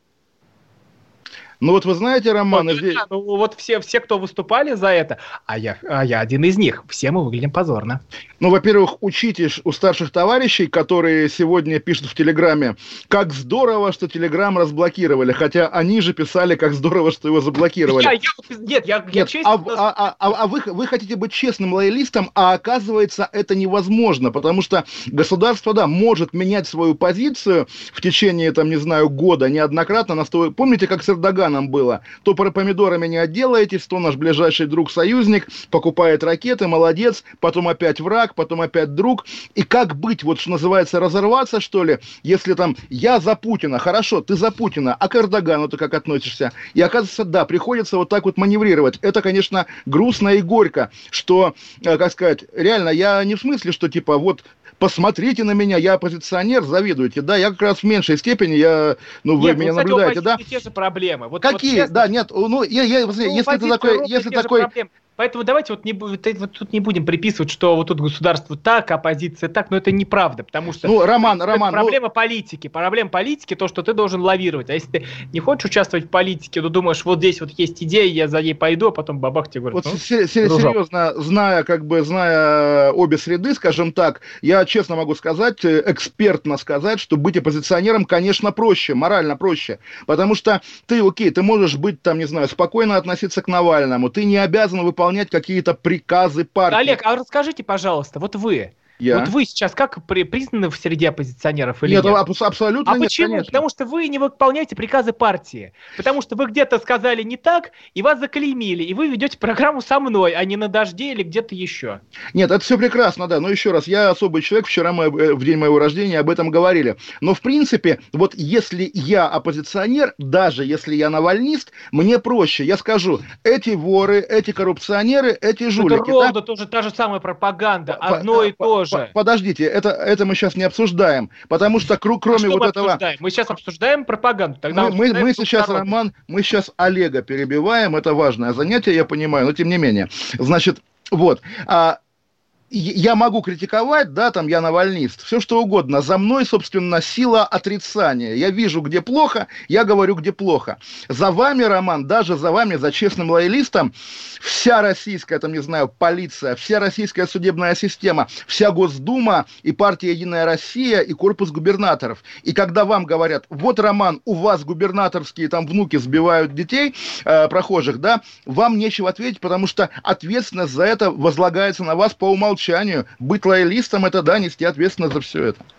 Ну вот вы знаете, Роман... Вот, здесь... ну, вот все, все, кто выступали за это, а я, а я один из них, все мы выглядим позорно. Ну, во-первых, учитесь у старших товарищей, которые сегодня пишут в Телеграме, как здорово, что Телеграм разблокировали, хотя они же писали, как здорово, что его заблокировали. Я, я, нет, я, я честно... А, а, а, а, а вы, вы хотите быть честным лоялистом, а оказывается, это невозможно, потому что государство, да, может менять свою позицию в течение, там, не знаю, года неоднократно. На сто... Помните, как с Эрдоганом было? То помидорами не отделаетесь, то наш ближайший друг-союзник покупает ракеты, молодец, потом опять враг, потом опять друг. И как быть, вот что называется, разорваться, что ли, если там я за Путина, хорошо, ты за Путина, а к Эрдогану ты как относишься? И оказывается, да, приходится вот так вот маневрировать. Это, конечно, грустно и горько, что, как сказать, реально, я не в смысле, что типа вот посмотрите на меня, я оппозиционер, завидуете, да, я как раз в меньшей степени, я, ну, вы нет, меня ну, наблюдаете, да? Те же проблемы. Вот, какие? Вот, честно, да, нет, ну, я, я, ну, если ты такой, если такой... Поэтому давайте вот, не, вот, вот тут не будем приписывать, что вот тут государство так, оппозиция так, но это неправда, потому что ну, Роман, это Роман, проблема ну... политики. Проблема политики то, что ты должен лавировать. А если ты не хочешь участвовать в политике, то думаешь, вот здесь вот есть идея, я за ней пойду, а потом бабах тебе говорят. Вот ну, серьезно, зная, как бы, зная обе среды, скажем так, я честно могу сказать, экспертно сказать, что быть оппозиционером, конечно, проще, морально проще, потому что ты, окей, ты можешь быть там, не знаю, спокойно относиться к Навальному, ты не обязан выполнять какие-то приказы партии. Олег, а расскажите, пожалуйста, вот вы, Я. Вот вы сейчас как при, признаны в среде оппозиционеров или нет? Нет, аб- абсолютно а нет, почему? Конечно. Потому что вы не выполняете приказы партии. Потому что вы где-то сказали не так, и вас заклеймили, и вы ведете программу со мной, а не на «Дожде» или где-то еще. Нет, это все прекрасно, да. Но еще раз, я особый человек, вчера мы в день моего рождения об этом говорили. Но в принципе, вот если я оппозиционер, даже если я навальнист, мне проще. Я скажу, эти воры, эти коррупционеры, эти жулики. Это ровно да? тоже та же самая пропаганда, одно по, и по, то же. Подождите, это, это мы сейчас не обсуждаем, потому что кроме а вот мы этого... Обсуждаем? Мы сейчас обсуждаем пропаганду. Тогда мы, мы, мы сейчас, народу. Роман, мы сейчас Олега перебиваем, это важное занятие, я понимаю, но тем не менее. Значит, вот... А, я могу критиковать, да, там, я навальнист, все что угодно. За мной, собственно, сила отрицания. Я вижу, где плохо, я говорю, где плохо. За вами, Роман, даже за вами, за честным лоялистом, вся российская, там, не знаю, полиция, вся российская судебная система, вся Госдума и партия «Единая Россия» и корпус губернаторов. И когда вам говорят, вот, Роман, у вас губернаторские там внуки сбивают детей, э, прохожих, да, вам нечего ответить, потому что ответственность за это возлагается на вас по умолчанию. Быть лоялистом — это, да, нести ответственность за все это.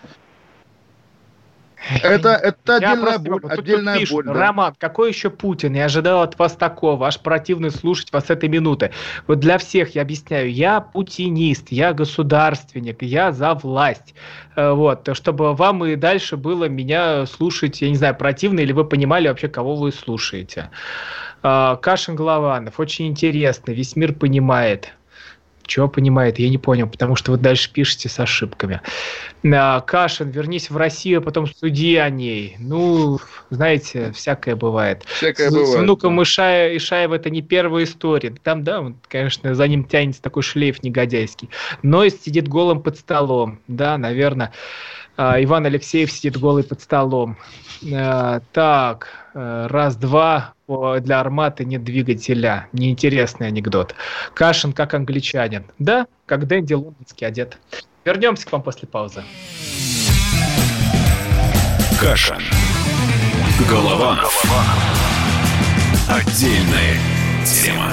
Это, это отдельная боль. Тут, отдельная тут пишут, боль да. Роман, какой еще Путин? Я ожидал от вас такого. Аж противно слушать вас с этой минуты. Вот для всех я объясняю. Я путинист, я государственник, я за власть. Вот. Чтобы вам и дальше было меня слушать, я не знаю, противно, или вы понимали вообще, кого вы слушаете. Кашин-Голованов. Очень интересно. Весь мир понимает. Чего понимает, я не понял, потому что вы дальше пишете с ошибками. Кашин, вернись в Россию, а потом суди о ней. Ну, знаете, всякое бывает. Всякое с, бывает. С внуком да. Ишая, Ишаева это не первая история. Там, да, он, конечно, за ним тянется такой шлейф негодяйский. Но сидит голым под столом. Да, наверное, Иван Алексеев сидит голый под столом. Так, раз-два, для Арматы нет двигателя. Неинтересный анекдот. Кашин как англичанин. Да, как Дэнди лондонский одет. Вернемся к вам после паузы. Кашин. Голованов. Отдельная тема.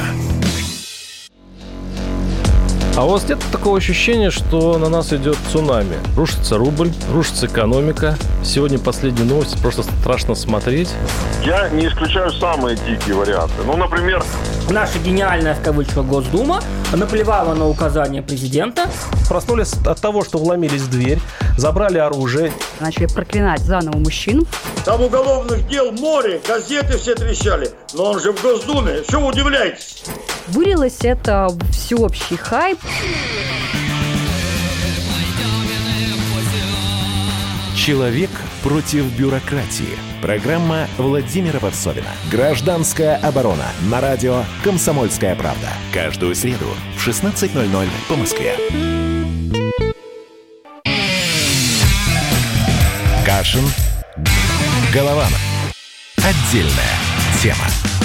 А у вас нет такого ощущения, что на нас идет цунами? Рушится рубль, рушится экономика. Сегодня последние новости, просто страшно смотреть. Я не исключаю самые дикие варианты. Ну, например... Наша гениальная, в кавычках, Госдума наплевала на указания президента. Проснулись от того, что вломились в дверь, забрали оружие. Начали проклинать заново мужчин. Там уголовных дел море, газеты все трещали. Но он же в Госдуме, что вы удивляетесь? Вылилось это в всеобщий хайп. Человек против бюрократии. Программа Владимира Варсовина. Гражданская оборона. На радио «Комсомольская правда». Каждую среду в шестнадцать ноль ноль по Москве. Кашин. Голованов. Отдельная тема.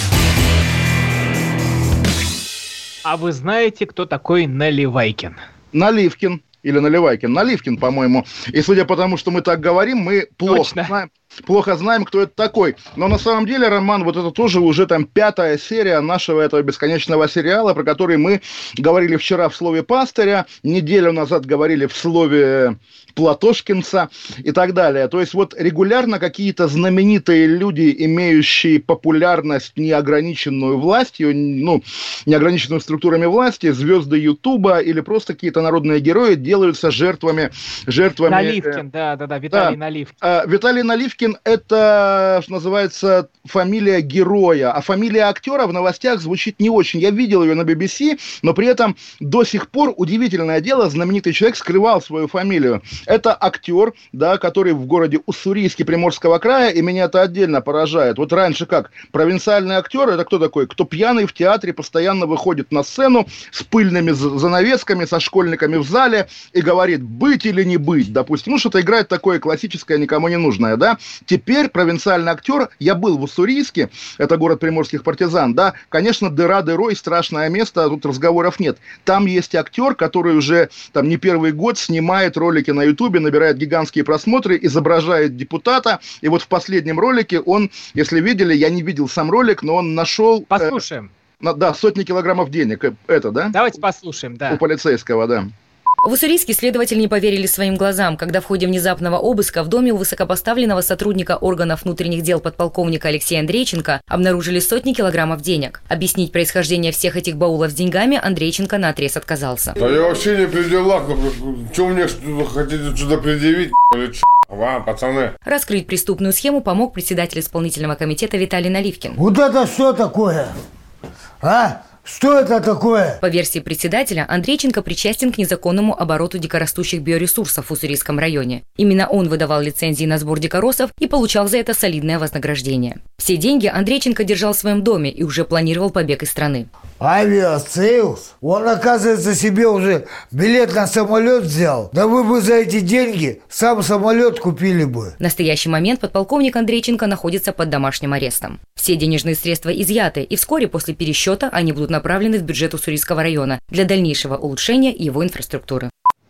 А вы знаете, кто такой Наливайкин? Наливкин. Или Наливайкин. Наливкин, по-моему. И судя по тому, что мы так говорим, мы плохо знаем, плохо знаем, кто это такой. Но на самом деле, Роман, вот это тоже уже там пятая серия нашего этого бесконечного сериала, про который мы говорили вчера в слове пастыря, неделю назад говорили в слове Платошкинца и так далее. То есть вот регулярно какие-то знаменитые люди, имеющие популярность, неограниченную властью, ну, неограниченную структурами власти, звезды Ютуба или просто какие-то народные герои делаются жертвами... жертвами Наливкин, да-да-да, Виталий да. Наливкин. А, Виталий Наливкин – это, что называется, фамилия героя, а фамилия актера в новостях звучит не очень. Я видел ее на би би си, но при этом до сих пор, удивительное дело, знаменитый человек скрывал свою фамилию. Это актер, да, который в городе Уссурийске Приморского края, и меня это отдельно поражает. Вот раньше как? Провинциальный актер – это кто такой? Кто пьяный в театре постоянно выходит на сцену с пыльными занавесками, со школьниками в зале и говорит, быть или не быть, допустим. Ну, что-то играет такое классическое, никому не нужное, да. Теперь провинциальный актер, я был в Уссурийске, это город приморских партизан, да, конечно, дыра дырой, страшное место, тут разговоров нет. Там есть актер, который уже там не первый год снимает ролики на Ютубе, набирает гигантские просмотры, изображает депутата, и вот в последнем ролике он, если видели, я не видел сам ролик, но он нашел... Послушаем. Э, да, сотни килограммов денег, это, да? Давайте послушаем, да. У полицейского, да. В Уссурийске следователи не поверили своим глазам, когда в ходе внезапного обыска в доме у высокопоставленного сотрудника органов внутренних дел подполковника Алексея Андрейченко обнаружили сотни килограммов денег. Объяснить происхождение всех этих баулов с деньгами Андрейченко наотрез отказался. Да я вообще не при делах, что мне что-то хотите сюда предъявить, или что? Вам, пацаны. Раскрыть преступную схему помог председатель исполнительного комитета Виталий Наливкин. Вот это что такое? А? Что это такое? По версии председателя, Андрейченко причастен к незаконному обороту дикорастущих биоресурсов в Уссурийском районе. Именно он выдавал лицензии на сбор дикоросов и получал за это солидное вознаграждение. Все деньги Андрейченко держал в своем доме и уже планировал побег из страны. Авиасейлс? Он, оказывается, себе уже билет на самолет взял. Да вы бы за эти деньги сам самолет купили бы. В настоящий момент подполковник Андрейченко находится под домашним арестом. Все денежные средства изъяты, и вскоре после пересчета они будут направлены в бюджет Уссурийского района для дальнейшего улучшения его инфраструктуры.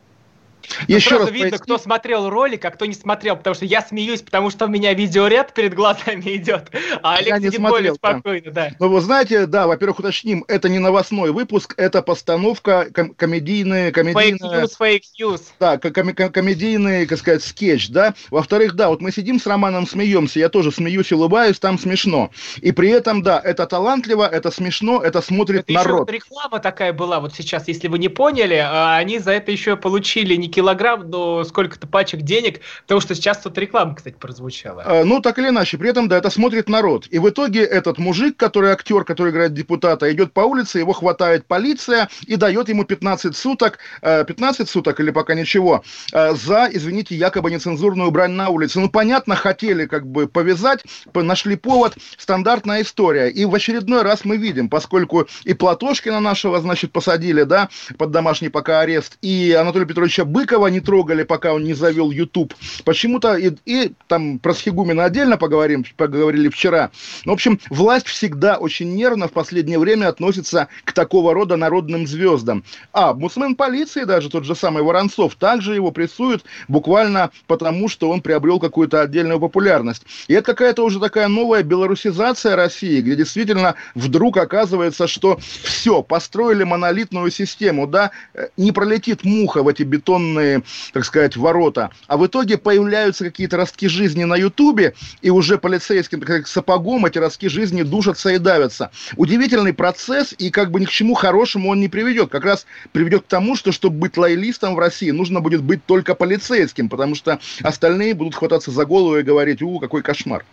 Еще сразу раз видно, поясни. Кто смотрел ролик, а кто не смотрел, потому что я смеюсь, потому что у меня видеоряд перед глазами идет, а Олег сидит более спокойно, да. Ну, вы знаете, да, во-первых, уточним, это не новостной выпуск, это постановка ком- комедийная... комедийная... Fake news, fake news. Да, ком- ком- комедийный, так сказать, скетч, да. Во-вторых, да, вот мы сидим с Романом, смеемся, я тоже смеюсь, улыбаюсь, там смешно. И при этом, да, это талантливо, это смешно, это смотрит это народ. Еще вот реклама такая была вот сейчас, если вы не поняли, они за это еще получили не килограмм, но сколько-то пачек денег, потому что сейчас тут реклама, кстати, прозвучала. А, ну, так или иначе, при этом, да, это смотрит народ. И в итоге этот мужик, который актер, который играет депутата, идет по улице, его хватает полиция и дает ему пятнадцать суток, пятнадцать суток или пока ничего, за, извините, якобы нецензурную брань на улице. Ну, понятно, хотели как бы повязать, нашли повод, стандартная история. И в очередной раз мы видим, поскольку и Платошкина нашего, значит, посадили, да, под домашний пока арест, и Анатолия Петровича Быкова не трогали, пока он не завел YouTube. Почему-то, и, и там про Схигумина отдельно поговорим, поговорили вчера. Но, в общем, власть всегда очень нервно в последнее время относится к такого рода народным звездам. А омбудсмен полиции, даже тот же самый Воронцов, также его прессуют буквально потому, что он приобрел какую-то отдельную популярность. И это какая-то уже такая новая белорусизация России, где действительно вдруг оказывается, что все, построили монолитную систему, да, не пролетит муха в эти бетонные, так сказать, ворота, а в итоге появляются какие-то ростки жизни на Ютубе, и уже полицейским, так сказать, сапогом эти ростки жизни душатся и давятся. Удивительный процесс, и как бы ни к чему хорошему он не приведет. Как раз приведет к тому, что, чтобы быть лоялистом в России, нужно будет быть только полицейским, потому что остальные будут хвататься за голову и говорить: у, какой кошмар.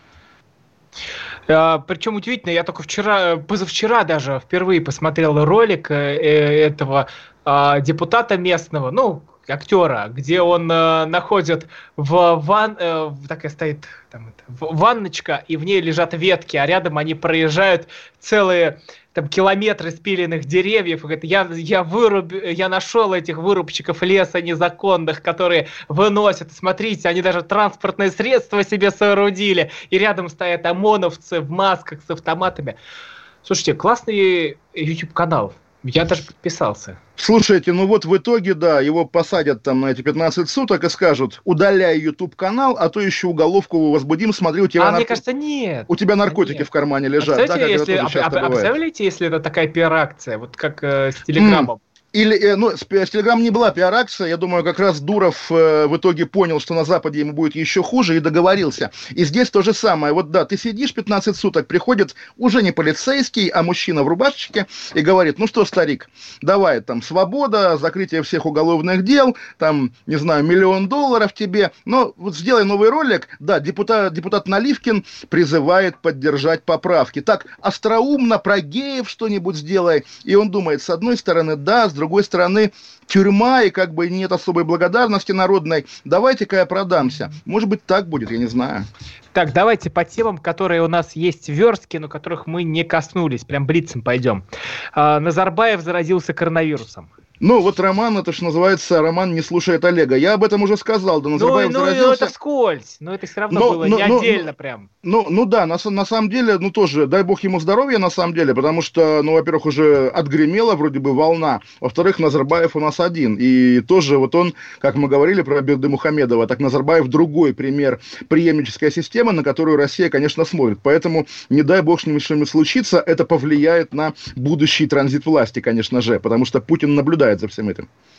А, причем удивительно, я только вчера, позавчера даже впервые посмотрел ролик э, этого э, депутата местного, ну, актера, где он э, находит в ван, э, такая стоит там, это, в, ванночка, и в ней лежат ветки, а рядом они проезжают целые там километры спиленных деревьев. И говорит: я, я, выруб, я нашел этих вырубщиков леса незаконных, которые выносят. Смотрите, они даже транспортное средство себе соорудили. И рядом стоят ОМОНовцы в масках с автоматами. Слушайте, классный YouTube-канал. Я даже подписался. Слушайте, ну вот в итоге, да, его посадят там на эти пятнадцать суток и скажут: удаляй YouTube-канал, а то еще уголовку возбудим, смотри, у тебя... А нарко... мне кажется, нет. У тебя наркотики нет в кармане лежат. А, да, как если, это тоже а, а представляете, если это такая пиар-акция, вот как э, с Телеграмом? Mm. Или, ну, с, с Телеграм не была пиар-акция, я думаю, как раз Дуров э, в итоге понял, что на Западе ему будет еще хуже, и договорился. И здесь то же самое. Вот да, ты сидишь пятнадцать суток, приходит уже не полицейский, а мужчина в рубашечке и говорит: ну что, старик, давай, там, свобода, закрытие всех уголовных дел, там, не знаю, миллион долларов тебе, но вот сделай новый ролик. Да, депутат, депутат Наливкин призывает поддержать поправки. Так, остроумно про геев что-нибудь сделай. И он думает, с одной стороны, да, с другой стороны, тюрьма, и как бы нет особой благодарности народной. Давайте-ка я продамся. Может быть, так будет, я не знаю. Так, давайте по темам, которые у нас есть в верстке, но которых мы не коснулись. Прям блицем пойдем. А, Назарбаев заразился коронавирусом. Ну, вот роман, это что называется, роман «Не слушает Олега». Я об этом уже сказал, да, Назарбаев ну, заразился. Ну, это вскользь, но это все равно но, было но, не но, отдельно но, прям. Ну, ну да, на, на самом деле, ну тоже, дай бог ему здоровья на самом деле, потому что, ну, во-первых, уже отгремела вроде бы волна, во-вторых, Назарбаев у нас один, и тоже вот он, как мы говорили про Бердымухамедова, так Назарбаев другой пример преемнической системы, на которую Россия, конечно, смотрит, поэтому, не дай бог, что-нибудь случится, это повлияет на будущий транзит власти, конечно же, потому что Путин наблюдает за всем этим.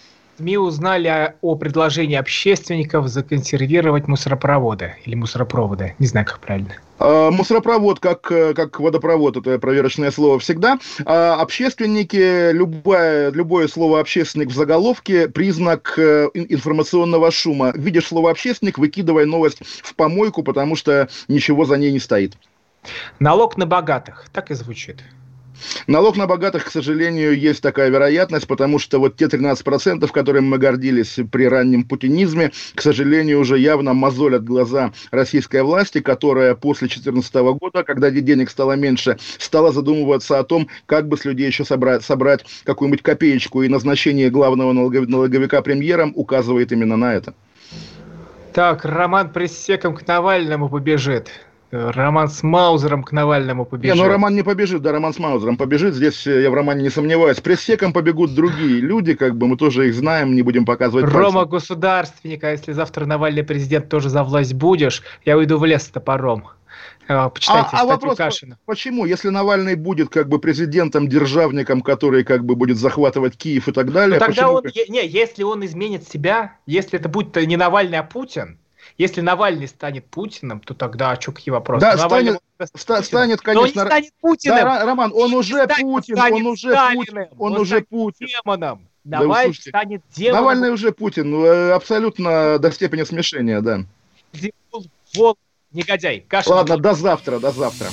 СМИ узнали о, о предложении общественников законсервировать мусоропроводы или мусоропроводы, не знаю, как правильно. Мусоропровод как, как водопровод, это проверочное слово всегда. А общественники, любое, любое слово «общественник» в заголовке – признак информационного шума. Видишь слово «общественник», выкидывай новость в помойку, потому что ничего за ней не стоит. Налог на богатых, так и звучит. Налог на богатых, к сожалению, есть такая вероятность, потому что вот те тринадцать процентов, которыми мы гордились при раннем путинизме, к сожалению, уже явно мозолят глаза российской власти, которая после две тысячи четырнадцатого года, когда денег стало меньше, стала задумываться о том, как бы с людей еще собрать, собрать какую-нибудь копеечку, и назначение главного налоговика премьером указывает именно на это. Так, Роман прессеком к Навальному побежит. Роман с Маузером к Навальному побежит. Не, ну Роман не побежит, да, Роман с Маузером побежит. Здесь я в Романе не сомневаюсь. Пресс-секом побегут другие люди, как бы мы тоже их знаем, не будем показывать пальцем. Рома государственник, а если завтра Навальный президент тоже за власть будешь, я уйду в лес с топором. Почитайте а, а вопрос, Кашина. Почему? Если Навальный будет как бы президентом, державником, который как бы будет захватывать Киев и так далее. Ну, тогда почему... он, не, если он изменит себя, если это будет не Навальный, а Путин, если Навальный станет Путиным, то тогда, а что, какие вопросы? Да, станет, ста, станет, конечно... Но он не станет Путиным! Да, Роман, он уже Путин, он уже Путин, он, он уже Путин. Демоном. Навальный да, станет демоном. Навальный уже Путин, абсолютно до степени смешения, да. Вол, негодяй. Кашин. Ладно, до завтра, до завтра.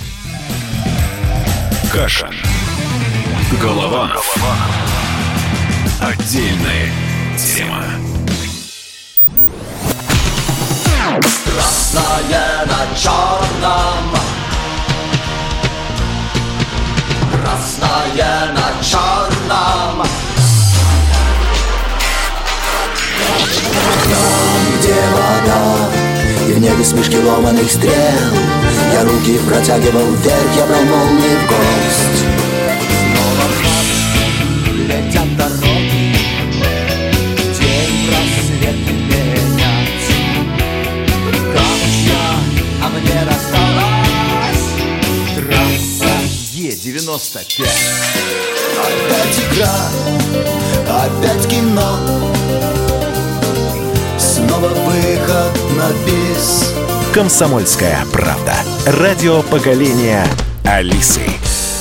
Кашин. Голованов. Отдельная тема. Красное на черном, красное на черном. Там, где вода, и в небе смешки ломаных стрел, я руки протягивал вверх, я брал молнии в гость. Снова в ночь летят дороги, день рассвет менять. А мне рассталась трасса Е девяносто пять. Опять игра, опять кино, снова выход на бис. «Комсомольская правда». Радио поколения Алисы.